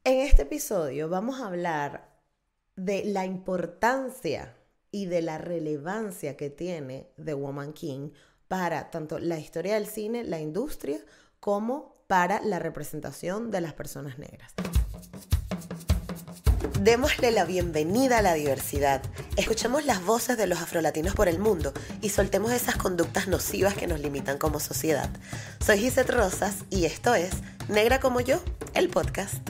En este episodio vamos a hablar de la importancia y de la relevancia que tiene The Woman King para tanto la historia del cine, la industria, como para la representación de las personas negras. Démosle la bienvenida a la diversidad. Escuchemos las voces de los afrolatinos por el mundo y soltemos esas conductas nocivas que nos limitan como sociedad. Soy Gisette Rosas y esto es Negra como yo, el podcast.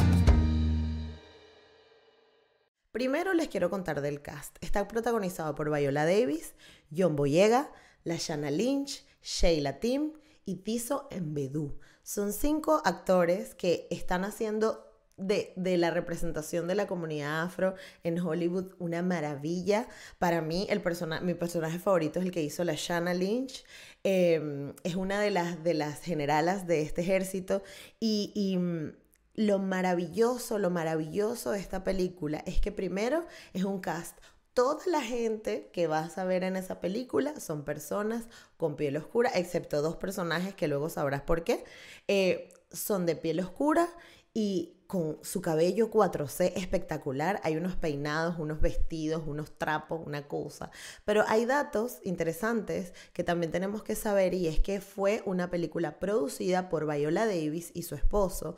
Primero les quiero contar del cast. Está protagonizado por Viola Davis, John Boyega, Lashana Lynch, Sheila Tim y Tiso Mbedu. Son 5 actores que están haciendo de la representación de la comunidad afro en Hollywood una maravilla. Para mí, mi personaje favorito es el que hizo Lashana Lynch. Es una de las generalas de este ejército y lo maravilloso de esta película es que primero es un cast. Toda la gente que vas a ver en esa película son personas con piel oscura, excepto 2 personajes que luego sabrás por qué. Son de piel oscura y con su cabello 4C espectacular. Hay unos peinados, unos vestidos, unos trapos, una cosa. Pero hay datos interesantes que también tenemos que saber, y es que fue una película producida por Viola Davis y su esposo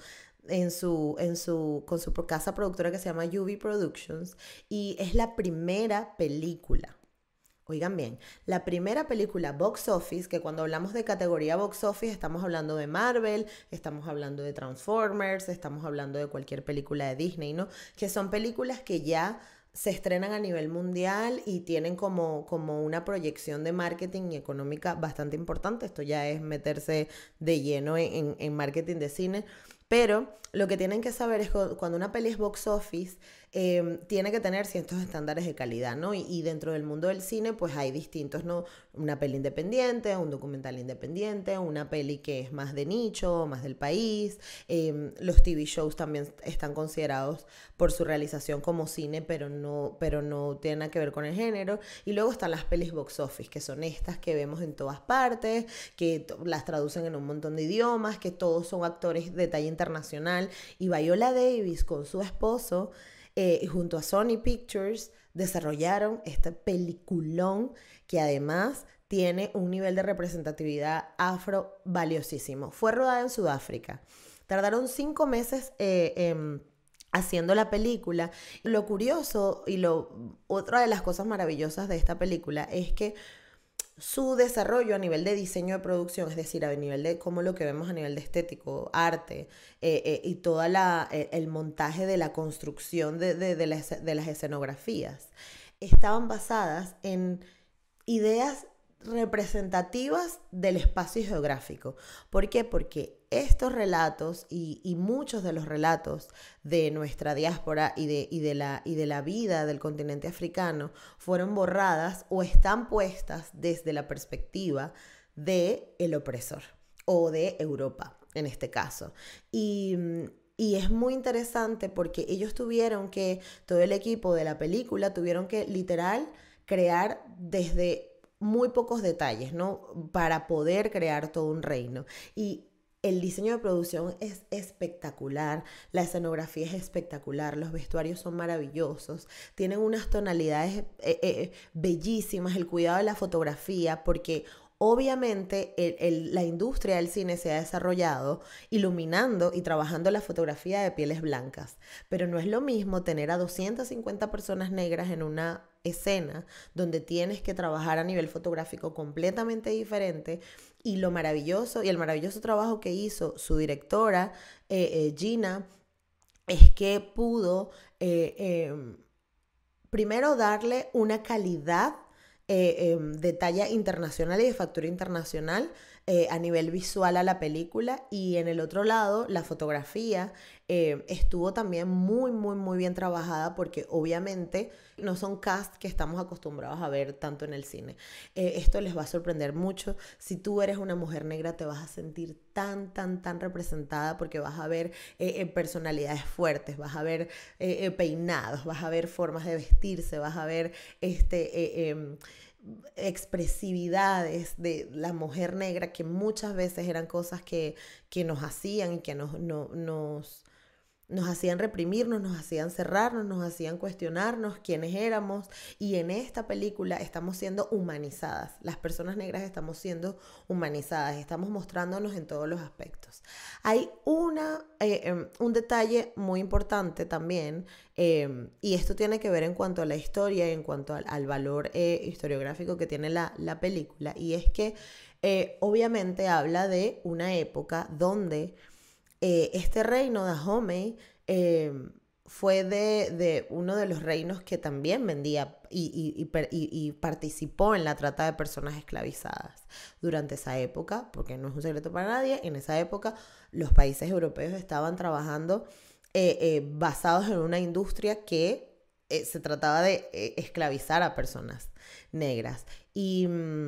con su casa productora que se llama UV Productions, y es la primera película. Oigan bien, la primera película box office, que cuando hablamos de categoría box office estamos hablando de Marvel, estamos hablando de Transformers, estamos hablando de cualquier película de Disney, ¿no? Que son películas que ya se estrenan a nivel mundial y tienen como una proyección de marketing y económica bastante importante. Esto ya es meterse de lleno en marketing de cine. Pero lo que tienen que saber es que cuando una peli es box office, tiene que tener ciertos estándares de calidad, ¿no? Y dentro del mundo del cine, pues hay distintos, ¿no? Una peli independiente, un documental independiente, una peli que es más de nicho, más del país. Los TV shows también están considerados por su realización como cine, pero no tienen nada que ver con el género. Y luego están las pelis box office, que son estas que vemos en todas partes, que las traducen en un montón de idiomas, que todos son actores de talla internacional. Y Viola Davis con su esposo, junto a Sony Pictures, desarrollaron este peliculón que además tiene un nivel de representatividad afro valiosísimo. Fue rodada en Sudáfrica. Tardaron 5 meses haciendo la película. Lo curioso y otra de las cosas maravillosas de esta película es que su desarrollo a nivel de diseño de producción, es decir, a nivel de cómo lo que vemos a nivel de estético, arte, y todo el montaje de la construcción de las escenografías, estaban basadas en ideas representativas del espacio geográfico. ¿Por qué? Porque estos relatos y muchos de los relatos de nuestra diáspora y de la vida del continente africano fueron borradas o están puestas desde la perspectiva del opresor o de Europa, en este caso. Y es muy interesante porque todo el equipo de la película tuvieron que literal crear desde muy pocos detalles, ¿no? Para poder crear todo un reino. Y el diseño de producción es espectacular, la escenografía es espectacular, los vestuarios son maravillosos, tienen unas tonalidades bellísimas, el cuidado de la fotografía, porque obviamente la industria del cine se ha desarrollado iluminando y trabajando la fotografía de pieles blancas, pero no es lo mismo tener a 250 personas negras en una escena donde tienes que trabajar a nivel fotográfico completamente diferente. Y el maravilloso trabajo que hizo su directora, Gina, es que pudo primero darle una calidad de talla internacional y de factura internacional a nivel visual a la película, y en el otro lado la fotografía estuvo también muy muy muy bien trabajada, porque obviamente no son cast que estamos acostumbrados a ver tanto en el cine. Esto les va a sorprender mucho. Si tú eres una mujer negra te vas a sentir tan representada, porque vas a ver personalidades fuertes, vas a ver peinados, vas a ver formas de vestirse, vas a ver expresividades de la mujer negra, que muchas veces eran cosas que nos hacían y que nos nos hacían reprimirnos, nos hacían cerrarnos, nos hacían cuestionarnos quiénes éramos. Y en esta película estamos siendo humanizadas. Las personas negras estamos siendo humanizadas, estamos mostrándonos en todos los aspectos. Hay un detalle muy importante también, y esto tiene que ver en cuanto a la historia y en cuanto al valor historiográfico que tiene la película, y es que obviamente habla de una época donde este reino de Dahomey fue de uno de los reinos que también vendía y participó en la trata de personas esclavizadas durante esa época, porque no es un secreto para nadie, en esa época los países europeos estaban trabajando basados en una industria que se trataba de esclavizar a personas negras. Y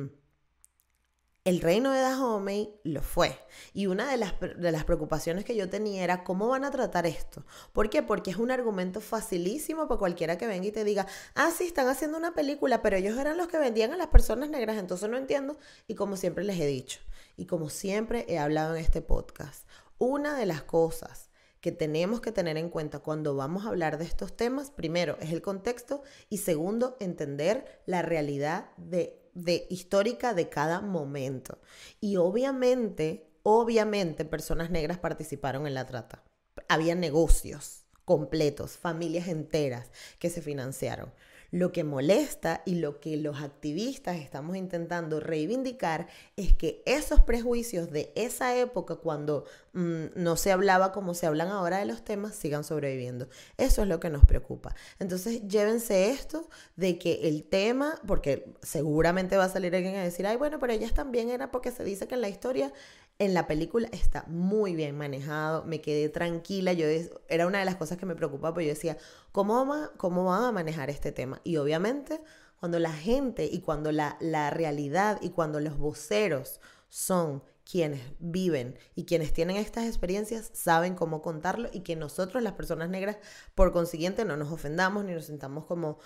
el reino de Dahomey lo fue. Y una de las preocupaciones que yo tenía era cómo van a tratar esto. ¿Por qué? Porque es un argumento facilísimo para cualquiera que venga y te diga, sí, están haciendo una película, pero ellos eran los que vendían a las personas negras, entonces no entiendo. Y como siempre les he dicho, y como siempre he hablado en este podcast, una de las cosas que tenemos que tener en cuenta cuando vamos a hablar de estos temas, primero, es el contexto, y segundo, entender la realidad histórica de cada momento. Y obviamente personas negras participaron en la trata. Había negocios completos, familias enteras que se financiaron. Lo que molesta y lo que los activistas estamos intentando reivindicar es que esos prejuicios de esa época, cuando no se hablaba como se hablan ahora de los temas, sigan sobreviviendo. Eso es lo que nos preocupa. Entonces, llévense esto de que el tema, porque seguramente va a salir alguien a decir, bueno, pero ellas también era porque se dice que en la historia, en la película está muy bien manejado, me quedé tranquila, era una de las cosas que me preocupaba, porque yo decía, ¿cómo van a manejar este tema? Y obviamente, cuando la gente y cuando la realidad y cuando los voceros son quienes viven y quienes tienen estas experiencias, saben cómo contarlo, y que nosotros, las personas negras, por consiguiente, no nos ofendamos ni nos sintamos como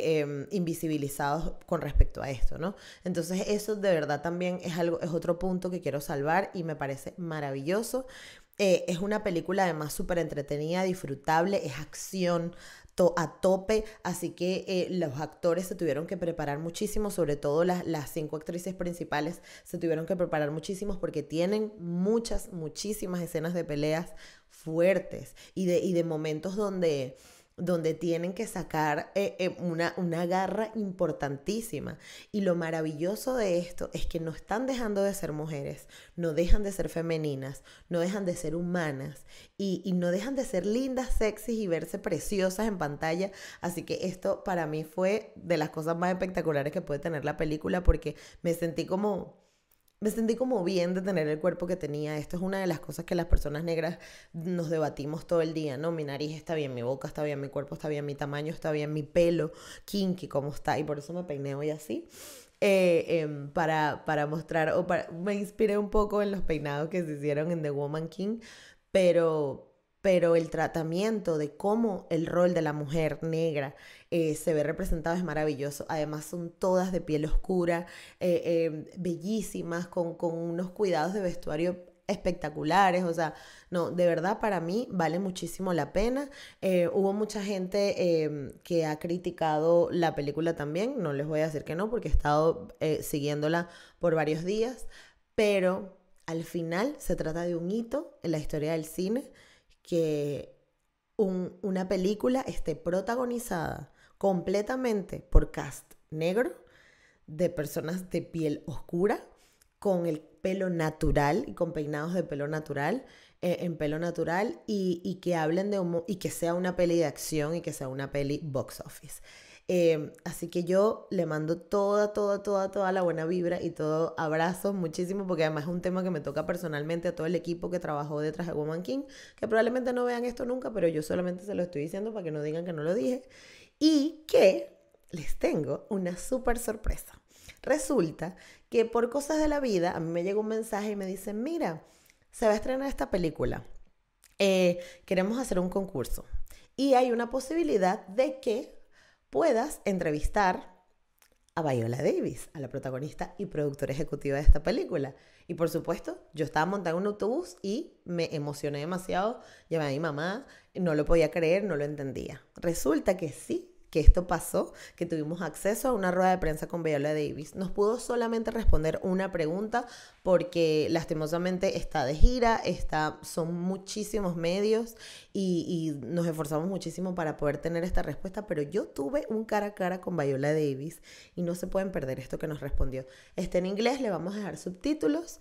invisibilizados con respecto a esto, ¿no? Entonces eso de verdad también es otro punto que quiero salvar y me parece maravilloso. Es una película además súper entretenida, disfrutable, es acción a tope, así que los actores se tuvieron que preparar muchísimo, sobre todo las 5 actrices principales se tuvieron que preparar muchísimo porque tienen muchísimas escenas de peleas fuertes y de momentos donde tienen que sacar una garra importantísima. Y lo maravilloso de esto es que no están dejando de ser mujeres, no dejan de ser femeninas, no dejan de ser humanas y no dejan de ser lindas, sexys y verse preciosas en pantalla. Así que esto para mí fue de las cosas más espectaculares que puede tener la película, porque me sentí como bien de tener el cuerpo que tenía. Esto es una de las cosas que las personas negras nos debatimos todo el día, ¿no? Mi nariz está bien, mi boca está bien, mi cuerpo está bien, mi tamaño está bien, mi pelo kinky, ¿cómo está? Y por eso me peiné hoy así. Para mostrar, me inspiré un poco en los peinados que se hicieron en The Woman King, pero el tratamiento de cómo el rol de la mujer negra se ve representado es maravilloso. Además son todas de piel oscura, bellísimas, con unos cuidados de vestuario espectaculares. O sea, no, de verdad para mí vale muchísimo la pena. Hubo mucha gente que ha criticado la película también, no les voy a decir que no, porque he estado siguiéndola por varios días, pero al final se trata de un hito en la historia del cine, que una película esté protagonizada completamente por cast negro, de personas de piel oscura, con el pelo natural y con peinados de pelo natural, en pelo natural, y que hablen de y que sea una peli de acción y que sea una peli box office. Así que yo le mando toda la buena vibra y todo abrazo muchísimo, porque además es un tema que me toca personalmente, a todo el equipo que trabajó detrás de Woman King, que probablemente no vean esto nunca, pero yo solamente se lo estoy diciendo para que no digan que no lo dije, y que les tengo una súper sorpresa. Resulta que por cosas de la vida a mí me llegó un mensaje y me dicen, mira, se va a estrenar esta película, queremos hacer un concurso y hay una posibilidad de que puedas entrevistar a Viola Davis, a la protagonista y productora ejecutiva de esta película. Y por supuesto, yo estaba montada en un autobús y me emocioné demasiado. Llamé a mi mamá, no lo podía creer, no lo entendía. Resulta que sí, que esto pasó, que tuvimos acceso a una rueda de prensa con Viola Davis. Nos pudo solamente responder una pregunta porque lastimosamente está de gira, son muchísimos medios y nos esforzamos muchísimo para poder tener esta respuesta, pero yo tuve un cara a cara con Viola Davis y no se pueden perder esto que nos respondió. Está en inglés, le vamos a dejar subtítulos,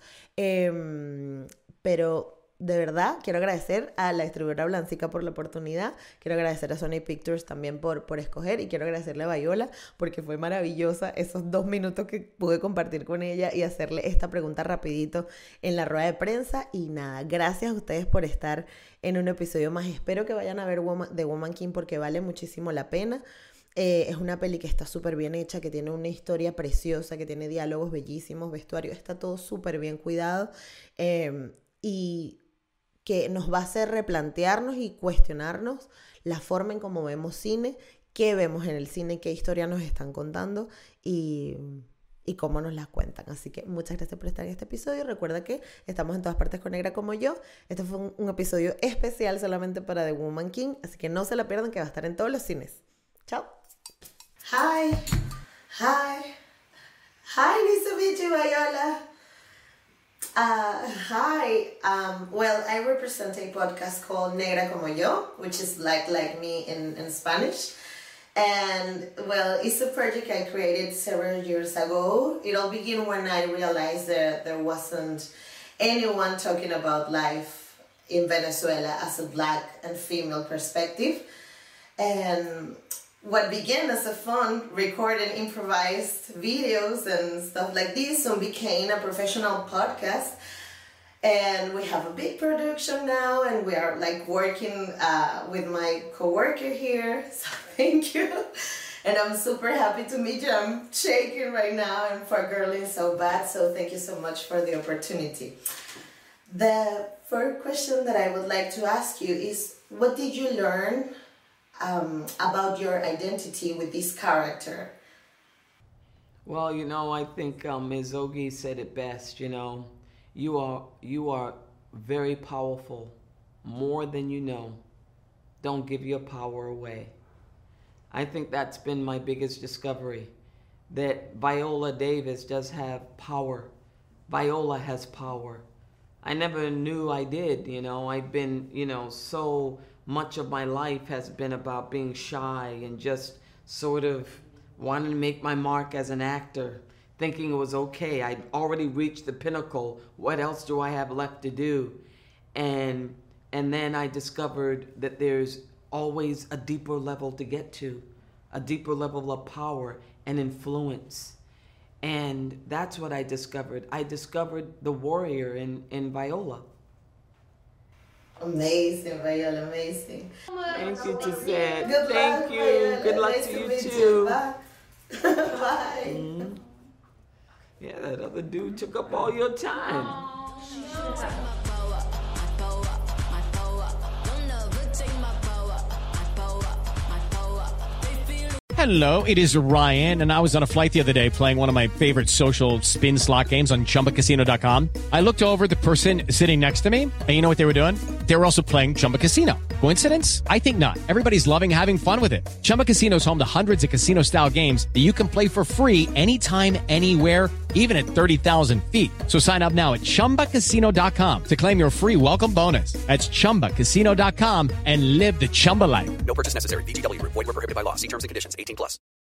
pero de verdad, quiero agradecer a la distribuidora Blancica por la oportunidad, quiero agradecer a Sony Pictures también por escoger y quiero agradecerle a Viola porque fue maravillosa esos 2 minutos que pude compartir con ella y hacerle esta pregunta rapidito en la rueda de prensa. Y nada, gracias a ustedes por estar en un episodio más. Espero que vayan a ver The Woman King porque vale muchísimo la pena. Es una peli que está súper bien hecha, que tiene una historia preciosa, que tiene diálogos bellísimos, vestuario, está todo súper bien cuidado y que nos va a hacer replantearnos y cuestionarnos la forma en cómo vemos cine, qué vemos en el cine, qué historia nos están contando y cómo nos las cuentan. Así que muchas gracias por estar en este episodio. Recuerda que estamos en todas partes con Negra como yo. Este fue un episodio especial solamente para The Woman King, así que no se la pierdan, que va a estar en todos los cines. Chao. Hi, nice to meet you, Viola. Hi, well, I represent a podcast called Negra Como Yo, which is like me in Spanish. And, well, it's a project I created several years ago. It all began when I realized that there wasn't anyone talking about life in Venezuela as a Black and female perspective. And what began as a fun, recorded improvised videos and stuff like this soon became a professional podcast. And we have a big production now, and we are like working with my coworker here. So thank you. And I'm super happy to meet you. I'm shaking right now and fangirling so bad. So thank you so much for the opportunity. The first question that I would like to ask you is, what did you learn about your identity with this character? Well, I think Ms. Ogi said it best. You are very powerful, more than you know. Don't give your power away. I think that's been my biggest discovery, that Viola Davis does have power. Viola has power. I never knew I did. I've been, so much of my life has been about being shy and just sort of wanting to make my mark as an actor, thinking it was okay. I'd already reached the pinnacle. What else do I have left to do? And then I discovered that there's always a deeper level to get to, a deeper level of power and influence. And that's what I discovered. I discovered the warrior in Viola. Amazing, Viola, amazing. Thank you, Gisette. Good Thank luck, you. Viola. Good luck Nice to you meet too. Bye. Bye. Mm-hmm. Yeah, that other dude took up all your time. Hello, it is Ryan, and I was on a flight the other day playing one of my favorite social spin slot games on ChumbaCasino.com. I looked over at the person sitting next to me, and you know what they were doing? They were also playing Chumba Casino. Coincidence? I think not. Everybody's loving having fun with it. Chumba Casino is home to hundreds of casino-style games that you can play for free anytime, anywhere, even at 30,000 feet. So sign up now at ChumbaCasino.com to claim your free welcome bonus. That's ChumbaCasino.com and live the Chumba life. No purchase necessary. VGW. Void where prohibited by law. See terms and conditions. 18+.